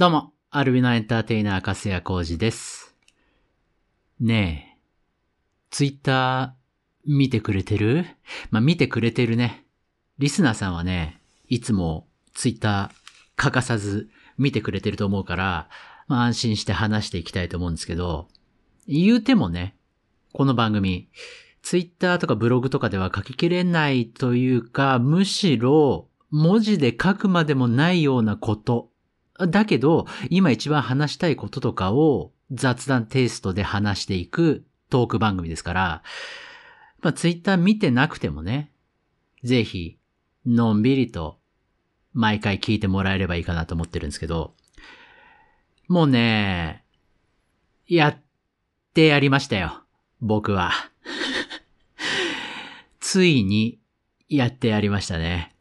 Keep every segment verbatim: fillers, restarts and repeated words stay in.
どうも、アルビノエンターテイナー、粕谷浩二です。ねえ、ツイッター見てくれてる？まあ、見てくれてるね。リスナーさんはね、いつもツイッター欠かさず見てくれてると思うから、まあ、安心して話していきたいと思うんですけど、言うてもね、この番組、ツイッターとかブログとかでは書ききれないというか、むしろ文字で書くまでもないようなこと、だけど、今一番話したいこととかを雑談テイストで話していくトーク番組ですから、まあツイッター見てなくてもね、ぜひ、のんびりと毎回聞いてもらえればいいかなと思ってるんですけど、もうね、やってやりましたよ。僕は。ついにやってやりましたね。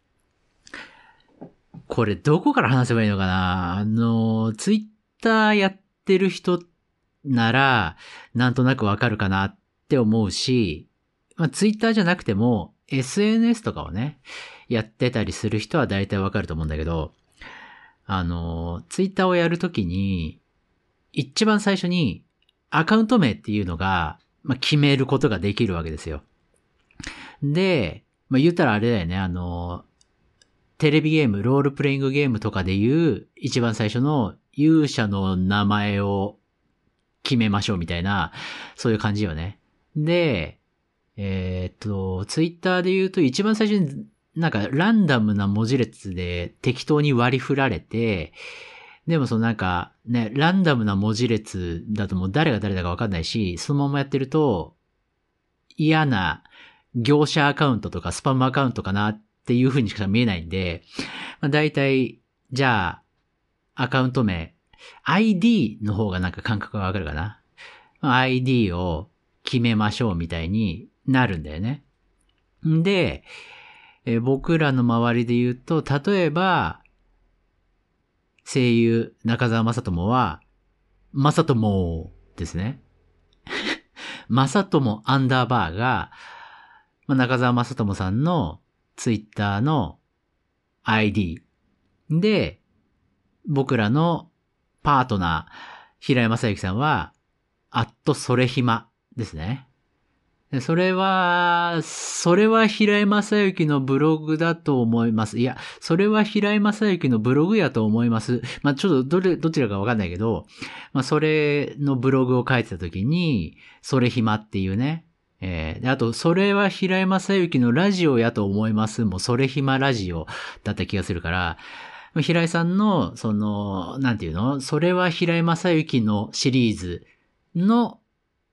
これどこから話せばいいのかな？あの、ツイッターやってる人なら、なんとなくわかるかなって思うし、まあ、ツイッターじゃなくても、エスエヌエス とかをね、やってたりする人は大体わかると思うんだけど、あの、ツイッターをやるときに、一番最初にアカウント名っていうのが、まあ、決めることができるわけですよ。で、まあ、言ったらあれだよね、あの、テレビゲーム、ロールプレイングゲームとかでいう一番最初の勇者の名前を決めましょうみたいな、そういう感じよね。で、えーっと、ツイッターで言うと一番最初になんかランダムな文字列で適当に割り振られて、でもそのなんかね、ランダムな文字列だともう誰が誰だかわかんないし、そのままやってると嫌な業者アカウントとかスパムアカウントかなっていう風にしか見えないんで、まあ、大体、じゃあ、アカウント名、アイディー の方がなんか感覚がわかるかな。アイディー を決めましょうみたいになるんだよね。んで、えー僕らの周りで言うと、例えば、声優中澤正智は、正智ですね。正智アンダーバーが、まあ、中澤正智さんのツイッターの アイディー で、僕らのパートナー、平井正幸さんは、アットそれひまですね。でそれは、それは平井正幸のブログだと思います。いや、それは平井正幸のブログやと思います。まあ、ちょっとどれ、どちらかわかんないけど、まあ、それのブログを書いてた時に、それひまっていうね、えー、であと、それは平井正幸のラジオやと思います。もう、それひまラジオだった気がするから、平井さんの、その、なんていうの？それは平井正幸のシリーズの、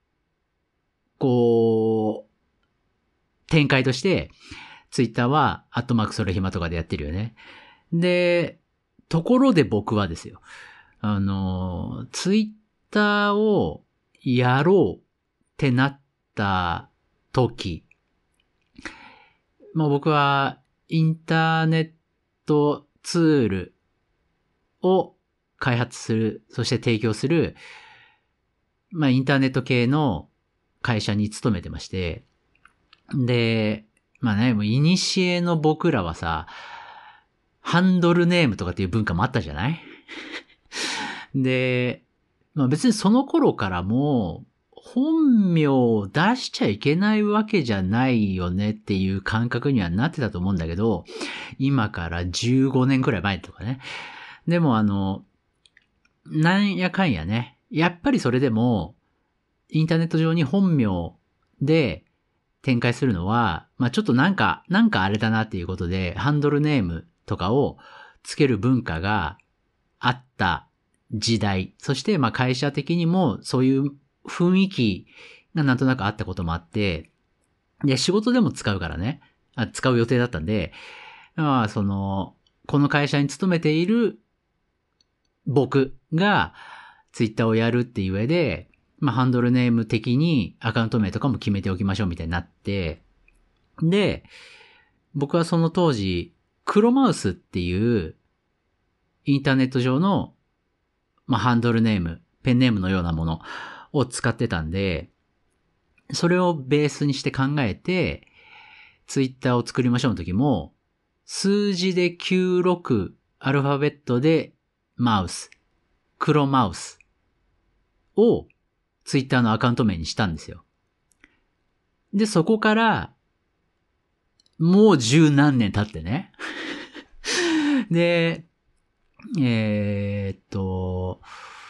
こう、展開として、ツイッターは、アットマークそれひまとかでやってるよね。で、ところで僕はですよ。あの、ツイッターをやろうってなった時、まあ僕はインターネットツールを開発する、そして提供する、まあインターネット系の会社に勤めてまして、で、まあね、もうイニシエの僕らはさ、ハンドルネームとかっていう文化もあったじゃないで、まあ別にその頃からも、本名を出しちゃいけないわけじゃないよねっていう感覚にはなってたと思うんだけど、今からじゅうごねんくらい前とかね。でもあの、なんやかんやね、やっぱりそれでも、インターネット上に本名で展開するのは、まあちょっとなんか、なんかあれだなっていうことで、ハンドルネームとかをつける文化があった時代、そしてまあ会社的にもそういう雰囲気がなんとなくあったこともあって、で、仕事でも使うからね、あ使う予定だったんで、まあその、この会社に勤めている僕がツイッターをやるっていう上で、まあハンドルネーム的にアカウント名とかも決めておきましょうみたいになって、で、僕はその当時、クロマウスっていうインターネット上の、まあ、ハンドルネーム、ペンネームのようなものを使ってたんで、それをベースにして考えて、ツイッターを作りましょうの時も、数字できゅうじゅうろく、アルファベットでマウス。 黒マウスをツイッターのアカウント名にしたんですよ。で、そこから、もう十何年経ってね。で、えーっと、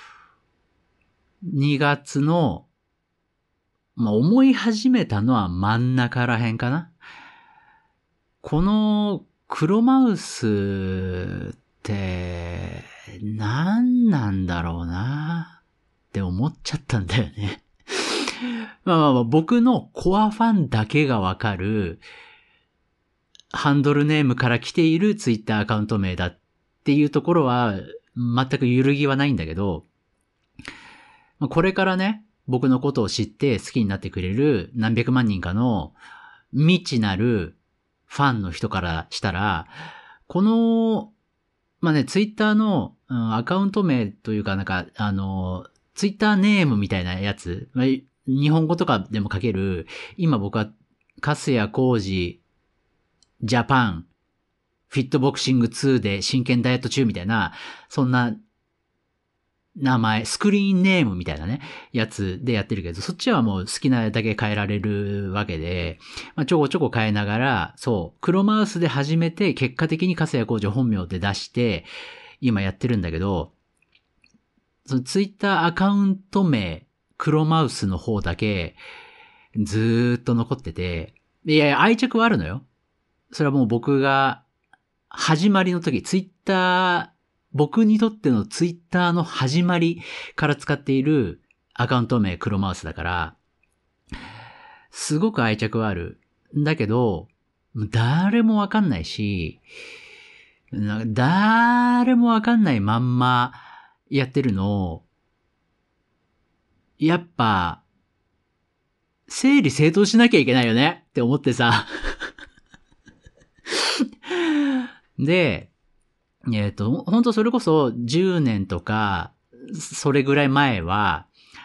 にがつの、まあ、思い始めたのは真ん中らへんかな。この黒マウスって、何なんだろうなって思っちゃったんだよね。まあまあまあ、僕のコアファンだけがわかる、ハンドルネームから来ているツイッターアカウント名だっていうところは、全く揺るぎはないんだけど、これからね、僕のことを知って好きになってくれる何百万人かの未知なるファンの人からしたら、この、まあね、ツイッターの、うん、アカウント名というかなんか、あの、ツイッターネームみたいなやつ、まあ、日本語とかでも書ける、今僕は、カスヤコウジ、ジャパン、フィットボクシングツーで真剣ダイエット中みたいな、そんな名前、スクリーンネームみたいなね、やつでやってるけど、そっちはもう好きなだけ変えられるわけで、まあ、ちょこちょこ変えながら、そう、黒マウスで始めて、結果的に粕谷浩二本名で出して、今やってるんだけど、そのツイッターアカウント名、黒マウスの方だけ、ずーっと残ってて、いやいや、愛着はあるのよ。それはもう僕が、始まりの時、ツイッター、僕にとってのツイッターの始まりから使っているアカウント名黒マウスだから、すごく愛着はある。だけど、誰もわかんないし、誰もわかんないまんまやってるのを、やっぱ、整理整頓しなきゃいけないよねって思ってさ。で、えっと、本当それこそじゅうねんとか、それぐらい前は、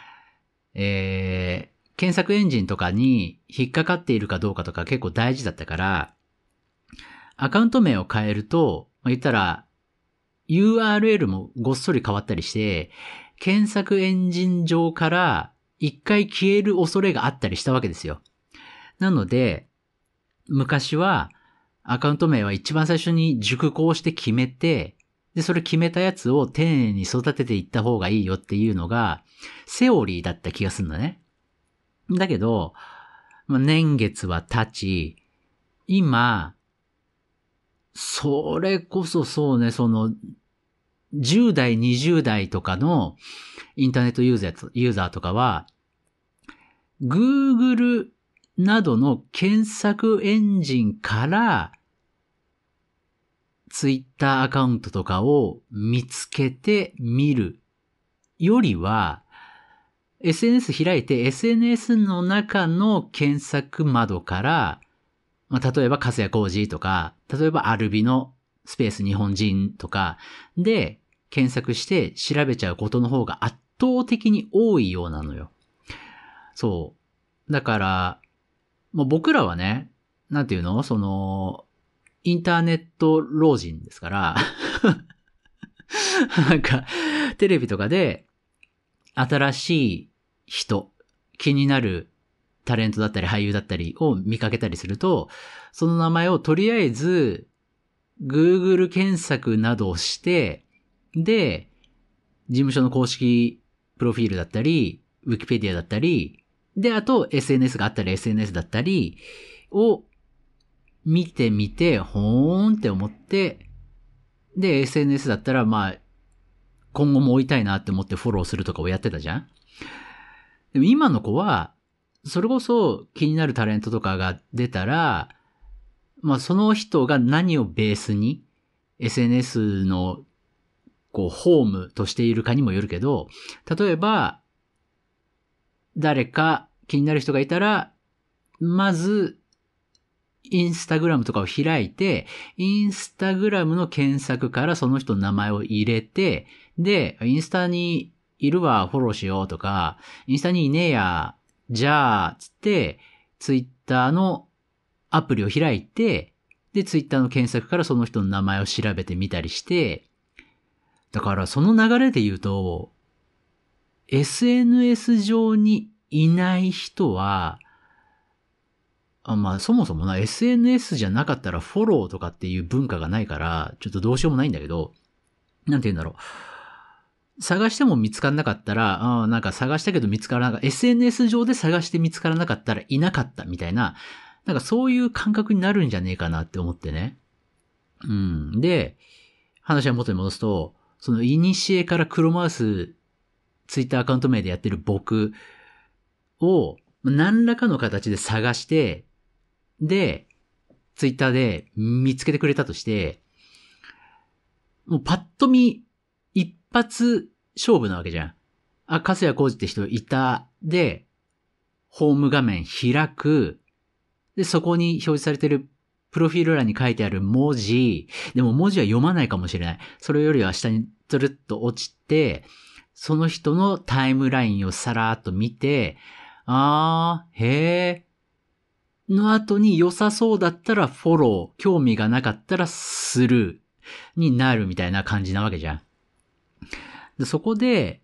えー、検索エンジンとかに引っかかっているかどうかとか結構大事だったから、アカウント名を変えると、まあ、言ったら、ユーアールエル もごっそり変わったりして、検索エンジン上から一回消える恐れがあったりしたわけですよ。なので、昔は、アカウント名は一番最初に熟考して決めて、で、それ決めたやつを丁寧に育てていった方がいいよっていうのが、セオリーだった気がするんだね。だけど、年月は経ち、今、それこそそうね、その、じゅう代、にじゅう代とかのインターネットユーザー、ユーザーとかは、Google などの検索エンジンから、ツイッターアカウントとかを見つけてみるよりは、エスエヌエス 開いて エスエヌエス の中の検索窓から、まあ、例えば粕谷浩二とか、例えばアルビのスペース日本人とかで検索して調べちゃうことの方が圧倒的に多いようなのよ。そう。だから、もう僕らはね、なんていうのその、インターネット老人ですから、なんか、テレビとかで、新しい人、気になるタレントだったり俳優だったりを見かけたりすると、その名前をとりあえず、Google 検索などをして、で、事務所の公式プロフィールだったり、Wikipedia だったり、で、あと エスエヌエス があったり エスエヌエス だったりを見てみて、ほーんって思って、で、エスエヌエス だったら、まあ、今後も追いたいなって思ってフォローするとかをやってたじゃん？でも今の子は、それこそ気になるタレントとかが出たら、まあその人が何をベースに エスエヌエス のこうホームとしているかにもよるけど、例えば、誰か気になる人がいたら、まず、インスタグラムとかを開いて、インスタグラムの検索からその人の名前を入れて、で、インスタにいるわ、フォローしようとか、インスタにいねえや、じゃあ、つって、ツイッターのアプリを開いて、で、ツイッターの検索からその人の名前を調べてみたりして、 だからその流れで言うと、エスエヌエス 上にいない人は、あまあそもそもな エスエヌエス じゃなかったらフォローとかっていう文化がないから、ちょっとどうしようもないんだけど、なんて言うんだろう。探しても見つからなかったら、あなんか探したけど見つからなかった。エスエヌエス 上で探して見つからなかったらいなかったみたいな、なんかそういう感覚になるんじゃねえかなって思ってね。うん。で、話は元に戻すと、そのイニシエから黒マウス、ツイッターアカウント名でやってる僕を何らかの形で探して、で、ツイッターで見つけてくれたとして、もうパッと見、一発勝負なわけじゃん。あ、粕谷浩二って人いた。で、ホーム画面開く。で、そこに表示されてるプロフィール欄に書いてある文字。でも文字は読まないかもしれない。それよりは下にトゥルッと落ちて、その人のタイムラインをさらーっと見て、あー、へー。の後に良さそうだったらフォロー、興味がなかったらスルーになるみたいな感じなわけじゃん。でそこで、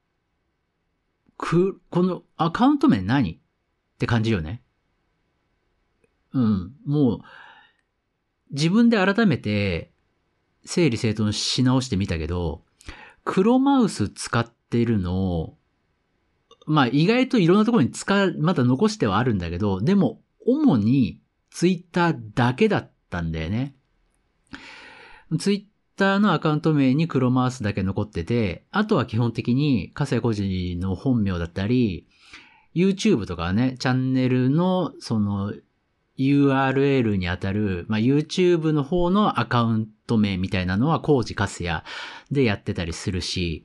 く、このアカウント名何って感じよね。うん。もう、自分で改めて整理整頓し直してみたけど、黒マウス使ってるの、まあ意外といろんなところに使う、まだ残してはあるんだけど、でも主にツイッターだけだったんだよね。ツイッターのアカウント名に黒マウスだけ残ってて、あとは基本的に粕谷浩二の本名だったり、YouTube とかはね、チャンネルのその ユーアールエル にあたる、まあ、YouTube の方のアカウント名みたいなのは浩二粕谷でやってたりするし、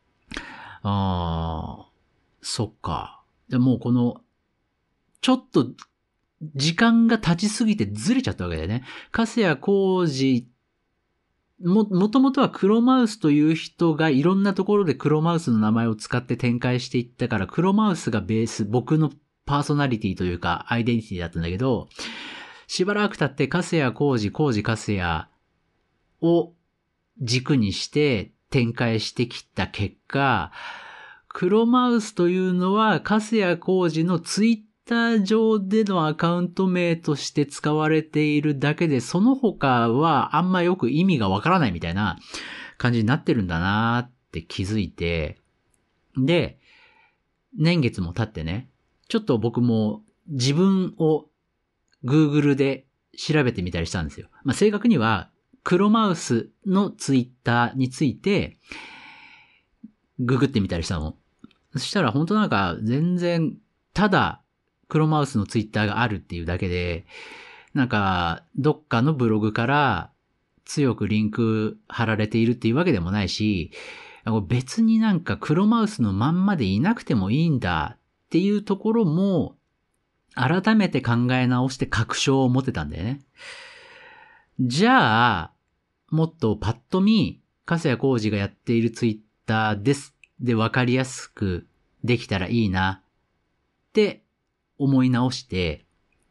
あー、そっか。でもうこの、ちょっと時間が経ちすぎてずれちゃったわけだよね。粕谷浩二も、もともとは黒マウスという人がいろんなところで黒マウスの名前を使って展開していったから、黒マウスがベース、僕のパーソナリティというかアイデンティティだったんだけど、しばらく経って粕谷浩二、浩二粕谷を軸にして展開してきた結果、黒マウスというのは粕谷浩二のツイッターツイッター上でのアカウント名として使われているだけで、その他はあんまよく意味がわからないみたいな感じになってるんだなーって気づいて、で、年月も経ってね、ちょっと僕も自分を Google で調べてみたりしたんですよ。まあ、正確には黒マウスのツイッターについてググってみたりしたの。そしたら本当なんか全然ただ黒マウスのツイッターがあるっていうだけで、なんか、どっかのブログから強くリンク貼られているっていうわけでもないし、別になんか黒マウスのまんまでいなくてもいいんだっていうところも、改めて考え直して確証を持てたんだよね。じゃあ、もっとパッと見、粕谷浩二がやっているツイッターです。で、わかりやすくできたらいいなって思い直して、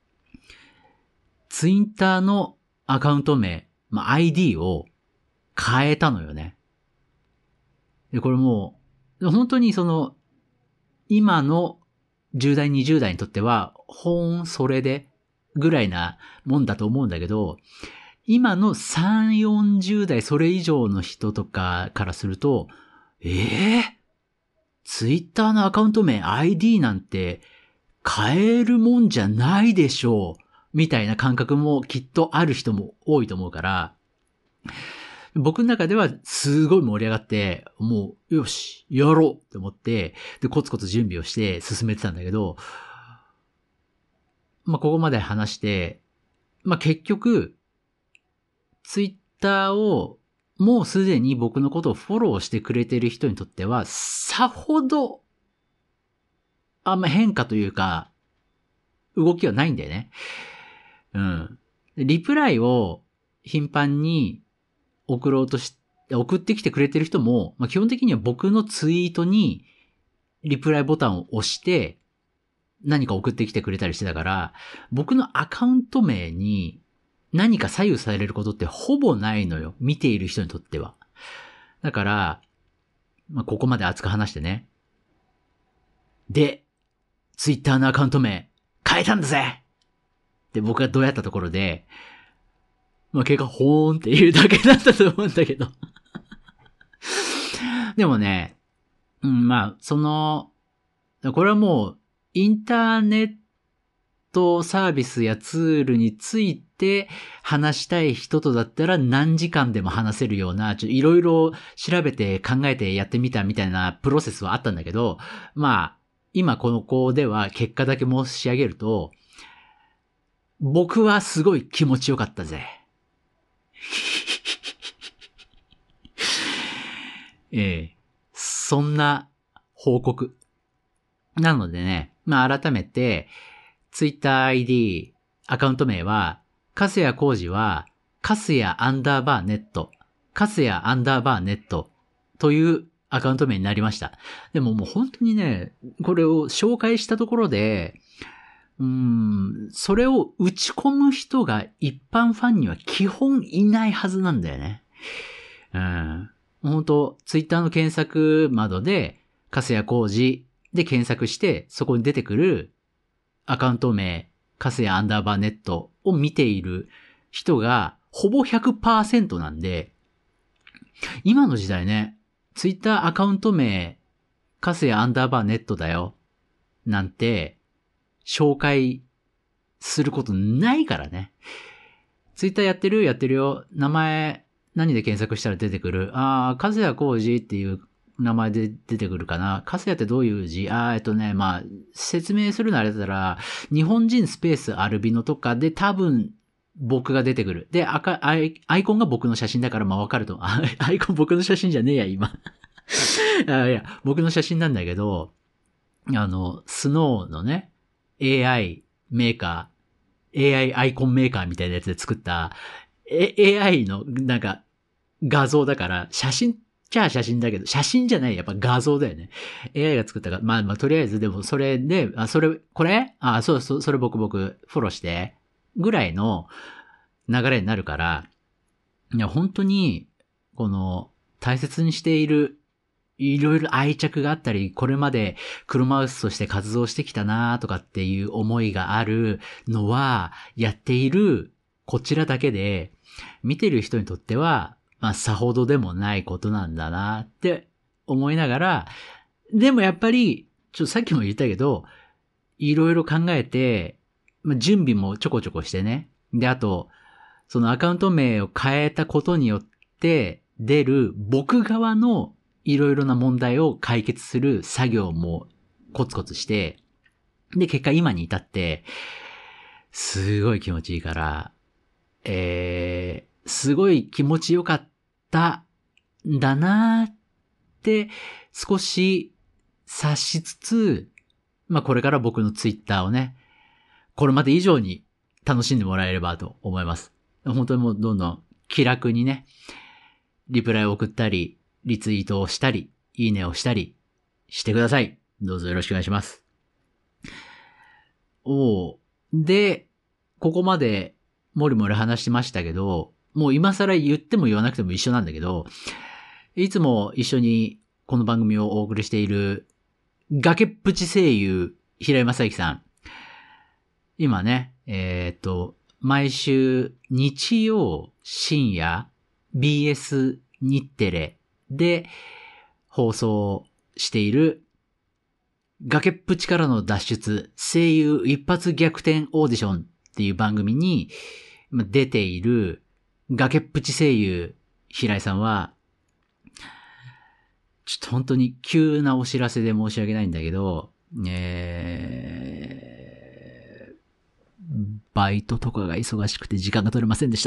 ツイッターのアカウント名、まあ、アイディー を変えたのよね。で、これもう、本当にその、今のじゅう代、にじゅう代にとっては、ほーん、それで、ぐらいなもんだと思うんだけど、今のさん、よんじゅう代、それ以上の人とかからすると、えぇ、ー、ツイッターのアカウント名、アイディー なんて、変えるもんじゃないでしょう。みたいな感覚もきっとある人も多いと思うから、僕の中ではすごい盛り上がって、もう、よし、やろうって思って、で、コツコツ準備をして進めてたんだけど、まあ、ここまで話して、まあ、結局、ツイッターをもうすでに僕のことをフォローしてくれてる人にとっては、さほど、あんま変化というか、動きはないんだよね。うん。リプライを頻繁に送ろうとし、送ってきてくれてる人も、まあ、基本的には僕のツイートにリプライボタンを押して何か送ってきてくれたりしてたから、僕のアカウント名に何か左右されることってほぼないのよ。見ている人にとっては。 だから、まあ、ここまで熱く話してね。で、ツイッターのアカウント名変えたんだぜって僕がどうやったところで、まあ、結果ほーんって言うだけだったと思うんだけど。でもね、うん、まあ、その、これはもう、インターネットサービスやツールについて話したい人とだったら何時間でも話せるような、ちょっといろいろ調べて考えてやってみたみたいなプロセスはあったんだけど、まあ、今この子では結果だけ申し上げると、僕はすごい気持ちよかったぜ。ええ、そんな報告。なのでね、まあ改めて、ツイッター アイディー、アカウント名は、かすやこうじは、かすやアンダーバーネット、かすやアンダーバーネットというアカウント名になりました。でももう本当にね、これを紹介したところで、うーん、それを打ち込む人が一般ファンには基本いないはずなんだよね。うん。本当ツイッターの検索窓で、かすやこうじで検索して、そこに出てくるアカウント名、かすやアンダーバーネットを見ている人がほぼ ひゃくパーセント なんで、今の時代ね、ツイッターアカウント名、かすやアンダーバーネットだよ、なんて、紹介することないからね。ツイッターやってるやってるよ。名前、何で検索したら出てくる？あー、かすやこうじっていう名前で出てくるかな。かすやってどういう字？あー、えっとね、まあ、説明するのあれだったら、日本人スペースアルビノとかで多分、僕が出てくる。で、赤、アイ、アイコンが僕の写真だからまあわかると。あ、アイコン僕の写真じゃねえや、今。あいや、僕の写真なんだけど、あの、スノーのね、エーアイ メーカー、エーアイ アイコンメーカーみたいなやつで作った、エーアイ のなんか画像だから、写真じゃあ写真だけど、写真じゃない、やっぱ画像だよね。エーアイ が作ったから、まあまあとりあえずでもそれで、あ、それ、これあ、そうそう、それ僕僕フォローして、ぐらいの流れになるから、いや本当に、この大切にしているいろいろ愛着があったり、これまで黒マウスとして活動してきたなとかっていう思いがあるのは、やっているこちらだけで、見てる人にとっては、まあ、さほどでもないことなんだなって思いながら、でもやっぱり、ちょっとさっきも言ったけど、いろいろ考えて、まあ、準備もちょこちょこしてね。で、あと、そのアカウント名を変えたことによって出る僕側のいろいろな問題を解決する作業もコツコツして、で、結果今に至って、すごい気持ちいいから、えー、すごい気持ちよかったんだなーって少し察しつつ、まあこれから僕のツイッターをね、これまで以上に楽しんでもらえればと思います。本当にもうどんどん気楽にね、リプライを送ったり、リツイートをしたり、いいねをしたりしてください。どうぞよろしくお願いします。おー。で、ここまでもりもり話してましたけど、もう今更言っても言わなくても一緒なんだけど、いつも一緒にこの番組をお送りしている崖っぷち声優、平井正幸さん。今ね、えー、っと、毎週日曜深夜 ビーエス 日テレで放送している崖っぷちからの脱出声優一発逆転オーディションっていう番組に出ている崖っぷち声優平井さんは、ちょっと本当に急なお知らせで申し訳ないんだけど、えー、バイトとかが忙しくて時間が取れませんでした。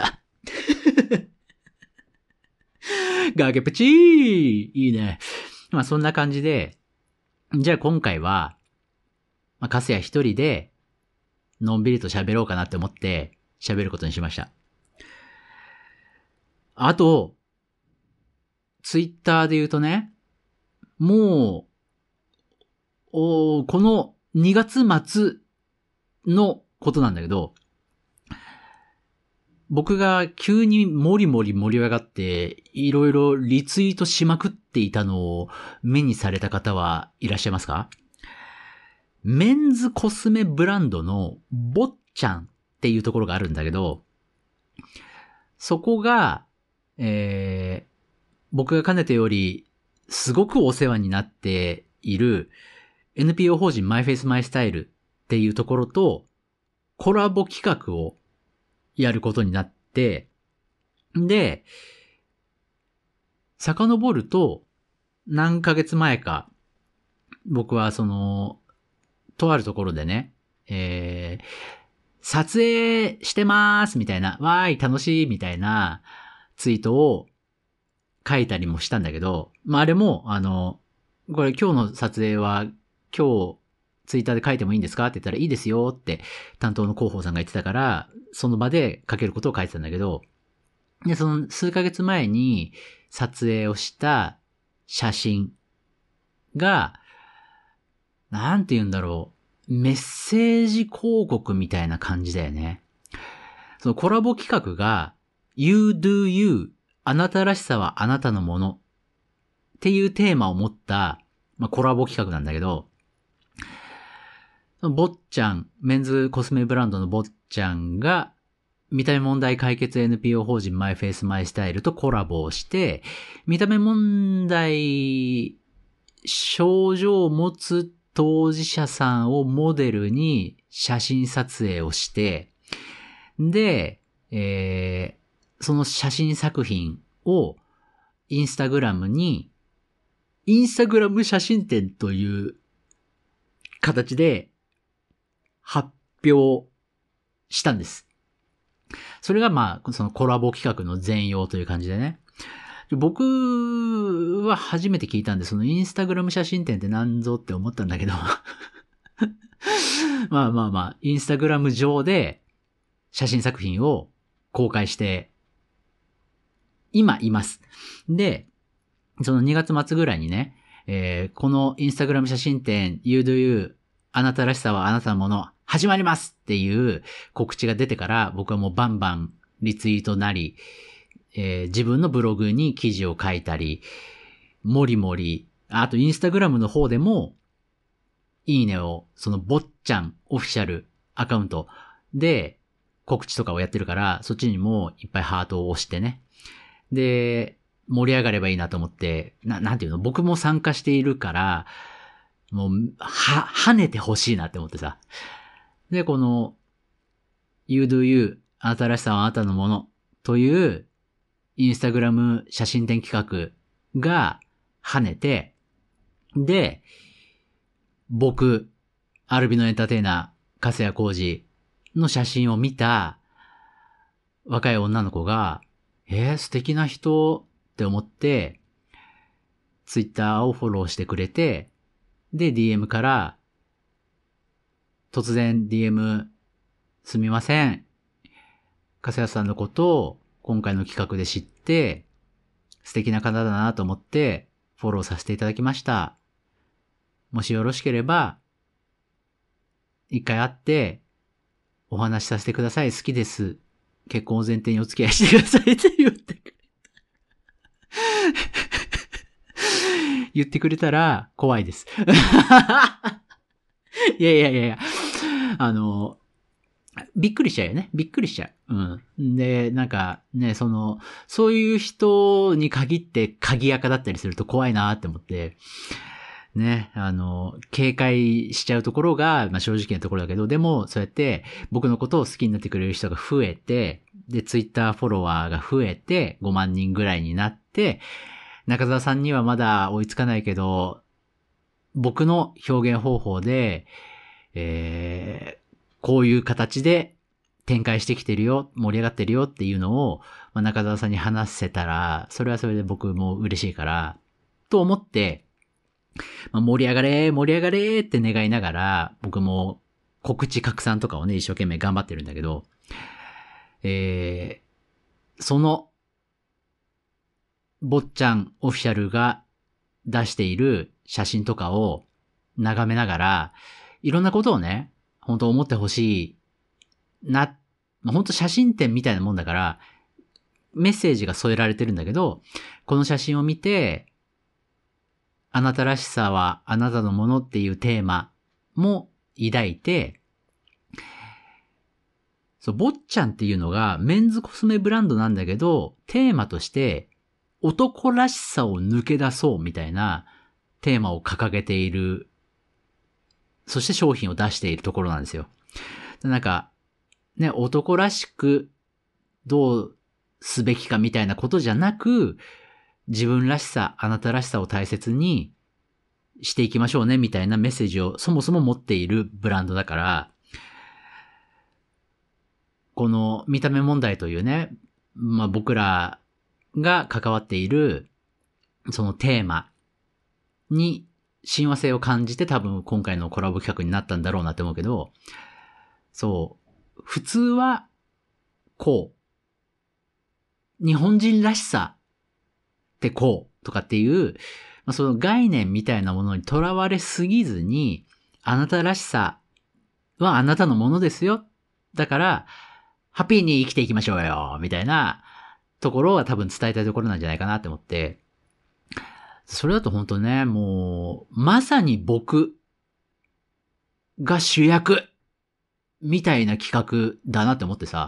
崖っぷちーいいね。まあそんな感じで、じゃあ今回は、まあ、かすや一人で、のんびりと喋ろうかなって思って、喋ることにしました。あと、ツイッターで言うとね、もう、おこのにがつ末のことなんだけど、 僕が急にもりもり盛り上がって、いろいろリツイートしまくっていたのを目にされた方はいらっしゃいますか？メンズコスメブランドのボッチャンっていうところがあるんだけど、そこが、えー、僕がかねてよりすごくお世話になっている エヌピーオー 法人 マイフェイスマイスタイルっていうところとコラボ企画をやることになって、で、遡ると何ヶ月前か、僕はその、とあるところでね、えー、撮影してまーすみたいな、わーい楽しいみたいなツイートを書いたりもしたんだけど、まあ、あれも、あの、これ今日の撮影は今日ツイッターで書いてもいいんですかって言ったらいいですよって担当の広報さんが言ってたから、その場で書けることを書いてたんだけど、で、その数ヶ月前に撮影をした写真が、なんて言うんだろう、メッセージ広告みたいな感じだよね。そのコラボ企画が You Do You あなたらしさはあなたのものっていうテーマを持った、まあ、コラボ企画なんだけど、ボッチャン、メンズコスメブランドのボッチャンが見た目問題解決 エヌピーオー 法人 マイフェイスマイスタイルとコラボをして、見た目問題症状を持つ当事者さんをモデルに写真撮影をして、で、えー、その写真作品をインスタグラムに、インスタグラム写真展という形で発表したんです。それがまあ、そのコラボ企画の全容という感じでね。僕は初めて聞いたんで、そのインスタグラム写真展って何ぞって思ったんだけど。まあまあまあ、インスタグラム上で写真作品を公開して、今います。で、そのにがつ末ぐらいにね、えー、このインスタグラム写真展 You Do You あなたらしさはあなたのもの始まりますっていう告知が出てから僕はもうバンバンリツイートなり、えー、自分のブログに記事を書いたり、もりもり、あとインスタグラムの方でもいいねをそのぼっちゃんオフィシャルアカウントで告知とかをやってるから、そっちにもいっぱいハートを押してね。で、盛り上がればいいなと思って、な、なんていうの、僕も参加しているから、もう、は、跳ねてほしいなって思ってさ。で、この、You Do You あなたらしさはあなたのものという、インスタグラム写真展企画が跳ねて、で、僕、アルビノエンターテイナー、粕谷浩二の写真を見た若い女の子が、えー、素敵な人って思って、ツイッターをフォローしてくれて、で、ディーエム から、突然 ディーエム すみません。粕谷さんのことを今回の企画で知って、素敵な方だなと思ってフォローさせていただきました。もしよろしければ、一回会ってお話しさせてください。好きです。結婚を前提にお付き合いしてくださいって言ってくれた。言ってくれたら怖いです。いやいやいやいや、あの、びっくりしちゃうよね。びっくりしちゃう。うん。で、なんかね、その、そういう人に限って鍵垢だったりすると怖いなって思って、ね、あの、警戒しちゃうところが、まあ、正直なところだけど、でも、そうやって僕のことを好きになってくれる人が増えて、で、ツイッターフォロワーが増えて、ごまんにんぐらいになって、中澤さんにはまだ追いつかないけど、僕の表現方法で、えー、こういう形で展開してきてるよ、盛り上がってるよっていうのを、まあ、中澤さんに話せたら、それはそれで僕も嬉しいから、と思って、まあ、盛り上がれ、盛り上がれって願いながら、僕も告知拡散とかをね、一生懸命頑張ってるんだけど、えー、その、坊ちゃんオフィシャルが出している写真とかを眺めながら、いろんなことをね、本当思ってほしいな、 まあ、ほんと写真展みたいなもんだから、メッセージが添えられてるんだけど、この写真を見て、あなたらしさはあなたのものっていうテーマも抱いて、そう、坊ちゃんっていうのがメンズコスメブランドなんだけど、テーマとして男らしさを抜け出そうみたいなテーマを掲げている、そして商品を出しているところなんですよ。なんか、ね、男らしくどうすべきかみたいなことじゃなく、自分らしさ、あなたらしさを大切にしていきましょうねみたいなメッセージをそもそも持っているブランドだから、この見た目問題というね、まあ僕らが関わっているそのテーマに親和性を感じて多分今回のコラボ企画になったんだろうなって思うけど、そう、普通はこう、日本人らしさってこうとかっていう、まあ、その概念みたいなものにとらわれすぎずに、あなたらしさはあなたのものですよ。だから、ハッピーに生きていきましょうよみたいなところは多分伝えたいところなんじゃないかなって思って、それだと本当ね、もう、まさに僕が主役みたいな企画だなって思ってさ、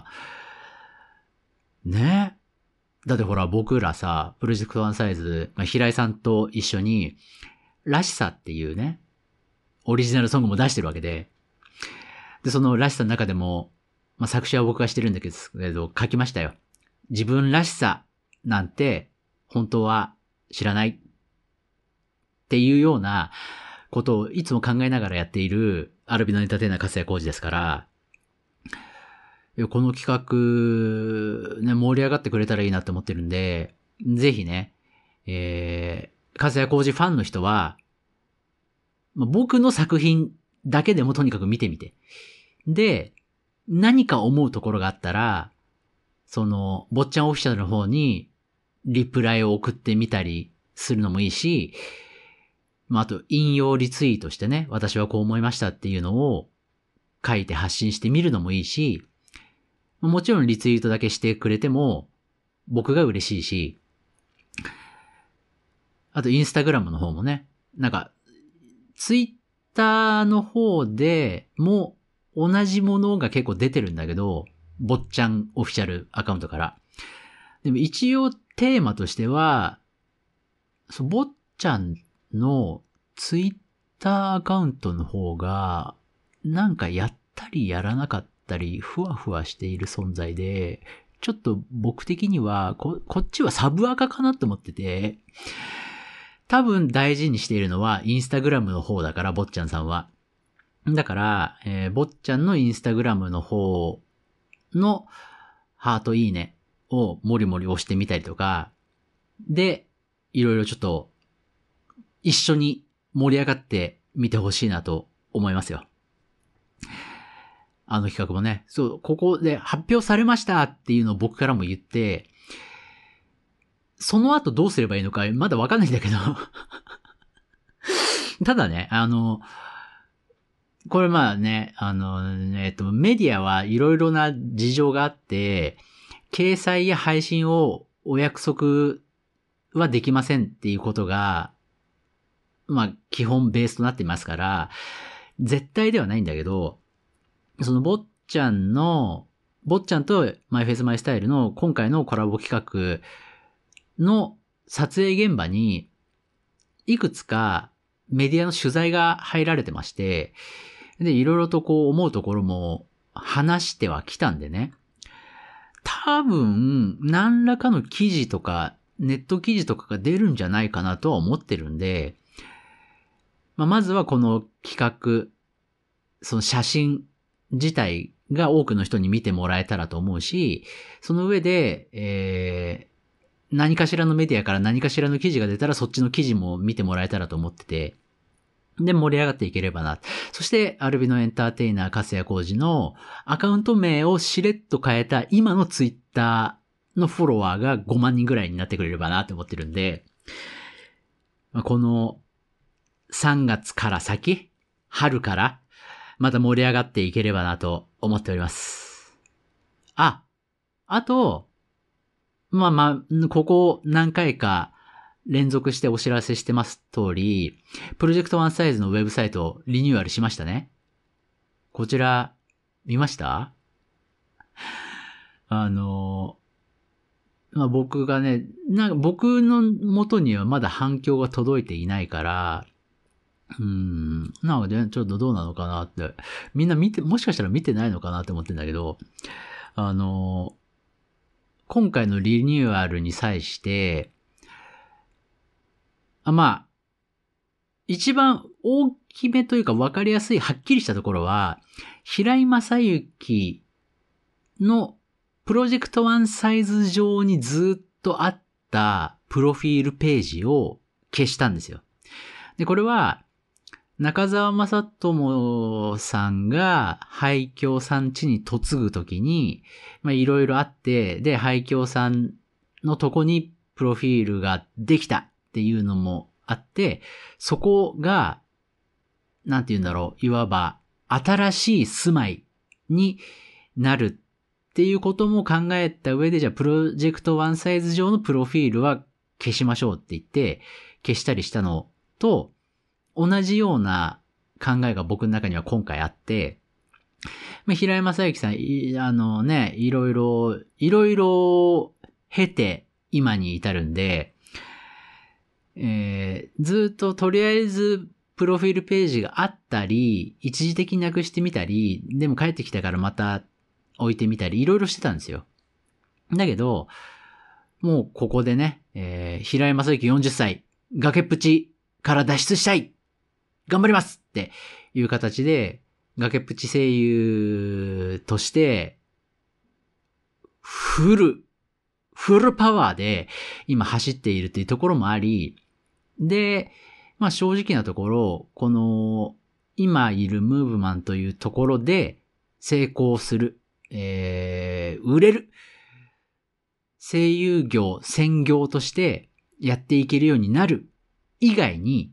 ね。だってほら僕らさ、プロジェクトワンサイズ、まあ、平井さんと一緒に、らしさっていうね、オリジナルソングも出してるわけで、で、そのらしさの中でも、まあ、作詞は僕がしてるんだけど、書きましたよ。自分らしさなんて、本当は知らないっていうようなことをいつも考えながらやっているアルビノエンターテイナー粕谷浩二ですから、この企画、ね、盛り上がってくれたらいいなって思ってるんで、ぜひね、えー、粕谷浩二ファンの人は、まあ、僕の作品だけでもとにかく見てみて。で、何か思うところがあったら、その、坊ちゃんオフィシャルの方に、リプライを送ってみたりするのもいいし、まあ、あと、引用リツイートしてね、私はこう思いましたっていうのを書いて発信してみるのもいいし、もちろんリツイートだけしてくれても、僕が嬉しいし、あと、インスタグラムの方もね、なんか、ツイッターの方でも同じものが結構出てるんだけど、坊ちゃんオフィシャルアカウントから。でも一応テーマとしては、そう、坊ちゃんのツイッターアカウントの方が、なんかやったりやらなかったり、ふわふわしている存在で、ちょっと僕的にはこ、こっちはサブアカかなと思ってて、多分大事にしているのはインスタグラムの方だから、坊っちゃんさんは。だから、えー、坊っちゃんのインスタグラムの方のハートいいねをもりもり押してみたりとか、で、いろいろちょっと一緒に盛り上がってみてほしいなと思いますよ。あの企画もね、そう、ここで発表されましたっていうのを僕からも言って、その後どうすればいいのかまだわかんないんだけどただね、あの、これまあね、あの、えっと、メディアはいろいろな事情があって、掲載や配信をお約束はできませんっていうことが、まあ、基本ベースとなっていますから、絶対ではないんだけど、その坊っちゃんの、坊っちゃんとマイフェイスマイスタイルの今回のコラボ企画の撮影現場に、いくつかメディアの取材が入られてまして、で、いろいろとこう思うところも話してはきたんでね。多分、何らかの記事とか、ネット記事とかが出るんじゃないかなとは思ってるんで、まあ、まずはこの企画、その写真自体が多くの人に見てもらえたらと思うし、その上で、えー、何かしらのメディアから何かしらの記事が出たらそっちの記事も見てもらえたらと思ってて、で、盛り上がっていければな。そして、アルビノエンターテイナー粕谷浩二のアカウント名をしれっと変えた今のツイッターのフォロワーがごまんにんぐらいになってくれればなって思ってるんで、このさんがつから先、春からまた盛り上がっていければなと思っております。 あ、あと、まあまあ、ここ何回か連続してお知らせしてます通り、プロジェクトワンサイズのウェブサイトリニューアルしましたね。こちら、見ました？あの、まあ僕がね、なんか僕の元にはまだ反響が届いていないから、うーん、なのでちょっとどうなのかなって、みんな見て、もしかしたら見てないのかなって思ってんだけど、あの、今回のリニューアルに際して、あまあ、一番大きめというか分かりやすい、はっきりしたところは、平井正幸のプロジェクトワンサイズ上にずっとあったプロフィールページを消したんですよ。で、これは、中澤正智さんが廃墟さん家に嫁ぐときに、まあいろいろあって、で、廃墟さんのとこにプロフィールができたっていうのもあって、そこが、なんて言うんだろう、いわば新しい住まいになるっていうことも考えた上で、じゃあプロジェクトワンサイズ上のプロフィールは消しましょうって言って、消したりしたのと、同じような考えが僕の中には今回あって、まあ、平井正幸さん、あのね、いろいろ、いろいろ経て今に至るんで、えー、ずっととりあえずプロフィールページがあったり、一時的になくしてみたり、でも帰ってきたからまた置いてみたり、いろいろしてたんですよ。だけど、もうここでね、えー、平井正幸よんじゅっさい、崖っぷちから脱出したい頑張りますっていう形で、崖っぷち声優として、フル、フルパワーで今走っているっていうところもあり、で、まあ正直なところ、この今いるムーブマンというところで成功する、えー、売れる、声優業、専業としてやっていけるようになる以外に、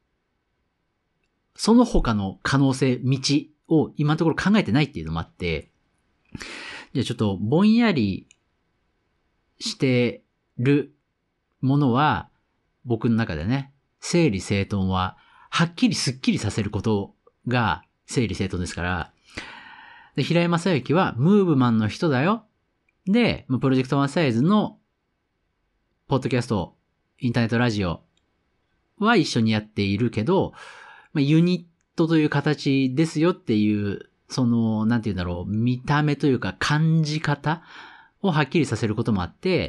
その他の可能性、道を今のところ考えてないっていうのもあって、じゃあちょっとぼんやりしてるものは、僕の中でね、整理整頓は、はっきりスッキリさせることが整理整頓ですから、で平井正幸はムーブマンの人だよ。で、プロジェクトワンサイズのポッドキャスト、インターネットラジオは一緒にやっているけど、まあ、ユニットという形ですよっていう、その、なんていうんだろう、見た目というか感じ方をはっきりさせることもあって、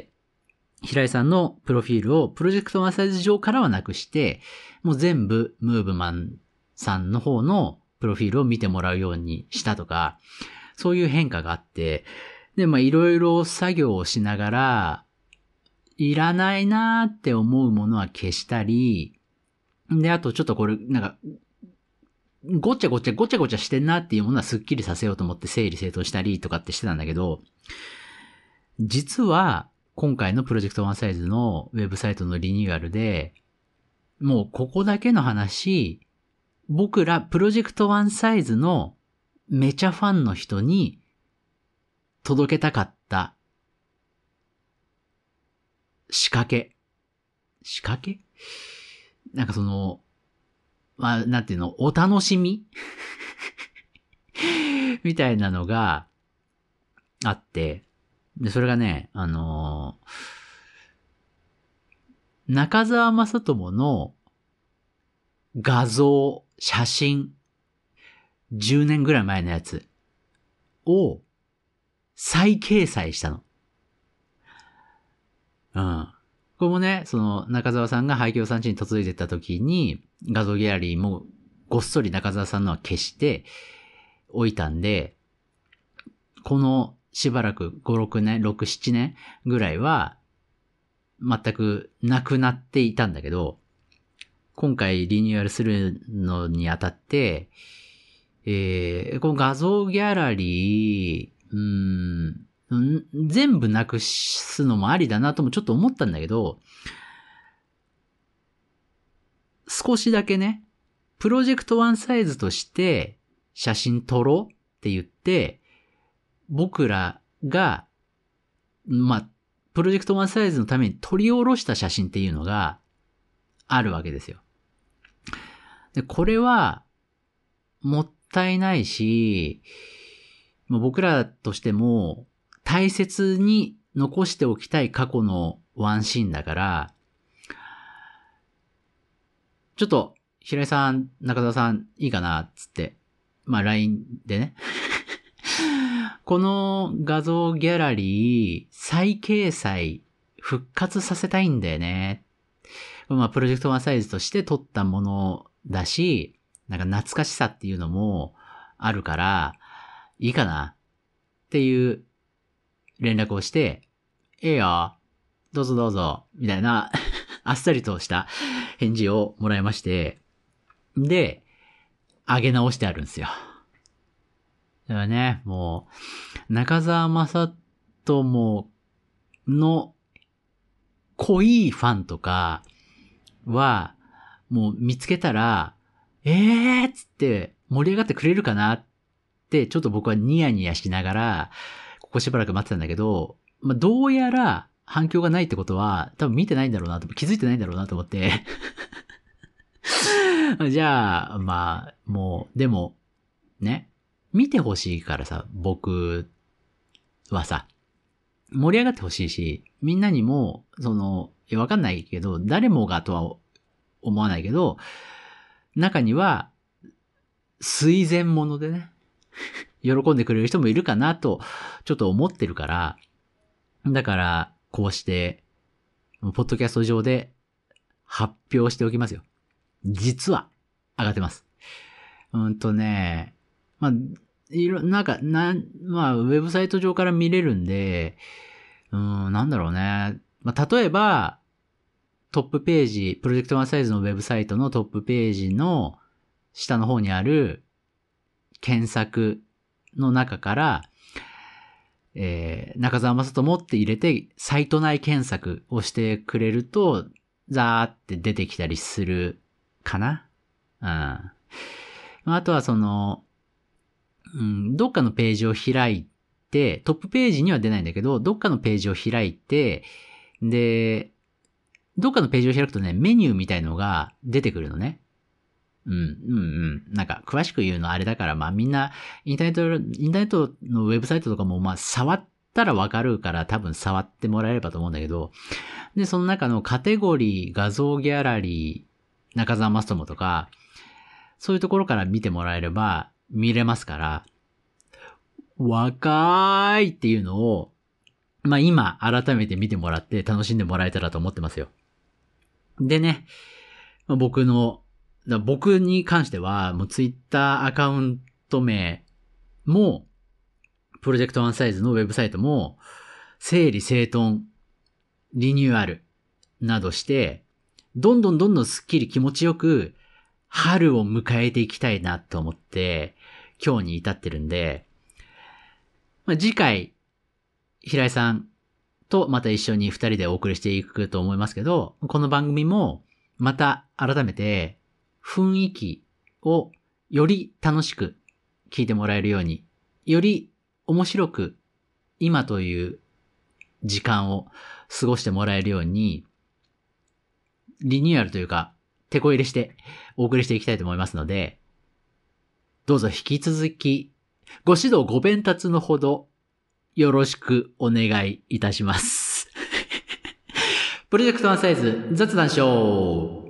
平井さんのプロフィールをプロジェクトワンサイズ上からはなくして、もう全部ムーブマンさんの方のプロフィールを見てもらうようにしたとか、そういう変化があって、で、まあいろいろ作業をしながら、いらないなーって思うものは消したり、で、あとちょっとこれ、なんか、ごちゃごちゃごちゃごちゃしてんなっていうものはスッキリさせようと思って整理整頓したりとかってしてたんだけど、実は今回のプロジェクトワンサイズのウェブサイトのリニューアルで、もうここだけの話、僕らプロジェクトワンサイズのめちゃファンの人に届けたかった仕掛け。仕掛けなんかその、まあ、なんていうの、お楽しみみたいなのがあって、で、それがね、あのー、中澤正智の画像、写真、じゅうねんぐらい前のやつを再掲載したの。うん。これもね、その中澤さんが廃墟さん家に嫁いでった時に画像ギャラリーもごっそり中澤さんのは消しておいたんで、このしばらくご、ろくねん、ろく、ななねんぐらいは全くなくなっていたんだけど、今回リニューアルするのにあたって、えー、この画像ギャラリー、うーん、全部なくすのもありだなともちょっと思ったんだけど、少しだけね、プロジェクトワンサイズとして写真撮ろうって言って、僕らが、まあ、プロジェクトワンサイズのために撮り下ろした写真っていうのがあるわけですよ。で、これは、もったいないし、僕らとしても大切に残しておきたい過去のワンシーンだから、ちょっと、平井さん、中澤さん、いいかなつって、まあ ライン でね。この画像ギャラリー、再掲載、復活させたいんだよね。まあ、プロジェクトワンサイズとして撮ったものだし、なんか懐かしさっていうのもあるから、いいかなっていう連絡をして、ええよ、どうぞどうぞ、みたいな、あっさりとした返事をもらいまして、で、上げ直してあるんですよ。だからね、もう、中澤正智の濃いファンとかは、もう見つけたら、えーっつって盛り上がってくれるかなって、ちょっと僕はニヤニヤしながら、ここしばらく待ってたんだけど、まあ、どうやら反響がないってことは、多分見てないんだろうなと、気づいてないんだろうなと思って。じゃあ、まあ、もう、でも、ね、見てほしいからさ、僕はさ、盛り上がってほしいし、みんなにも、その、いやわかんないけど、誰もがとは思わないけど、中には、垂涎者でね、喜んでくれる人もいるかなと、ちょっと思ってるから、だから、こうして、ポッドキャスト上で発表しておきますよ。実は、上がってます。うんとね、まあ、いろ、なんか、なん、まあ、ウェブサイト上から見れるんで、うーん、なんだろうね。まあ、例えば、トップページ、プロジェクトワンサイズのウェブサイトのトップページの下の方にある検索の中から、えー、中澤正智って入れて、サイト内検索をしてくれると、ザーって出てきたりするかな。うん。あとはその、うん、どっかのページを開いて、トップページには出ないんだけど、どっかのページを開いて、で、どっかのページを開くとね、メニューみたいのが出てくるのね。うん、うん、うん。なんか、詳しく言うのあれだから、まあみんな、インターネット、インターネットのウェブサイトとかも、まあ触ったらわかるから、多分触ってもらえればと思うんだけど、で、その中のカテゴリー、画像ギャラリー、中澤正智とか、そういうところから見てもらえれば、見れますから、若ーいっていうのを、まあ今改めて見てもらって楽しんでもらえたらと思ってますよ。でね、僕の、僕に関しては、もうツイッターアカウント名も、プロジェクトワンサイズのウェブサイトも、整理整頓、リニューアルなどして、どんどんどんどんスッキリ気持ちよく、春を迎えていきたいなと思って、今日に至ってるんで、まあ、次回、平井さんとまた一緒に二人でお送りしていくと思いますけど、この番組もまた改めて雰囲気をより楽しく聞いてもらえるように、より面白く今という時間を過ごしてもらえるように、リニューアルというか、手こ入れしてお送りしていきたいと思いますので、どうぞ引き続きご指導ご鞭撻のほどよろしくお願いいたします。プロジェクトワンサイズ雑談ショー。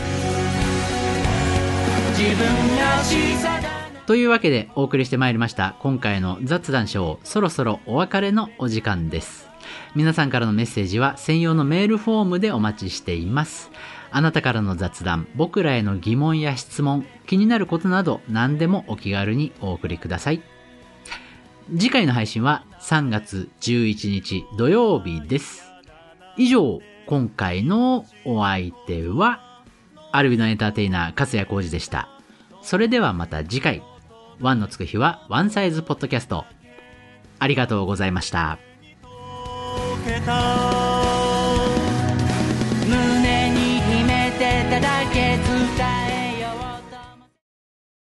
自分らしさというわけでお送りしてまいりました今回の雑談ショー、そろそろお別れのお時間です。皆さんからのメッセージは専用のメールフォームでお待ちしています。あなたからの雑談、僕らへの疑問や質問、気になることなど何でもお気軽にお送りください。次回の配信はさんがつじゅういちにち土曜日です。以上、今回のお相手は、アルビのエンターテイナー、勝谷浩二でした。それではまた次回、ワンのつく日はワンサイズポッドキャスト。ありがとうございました。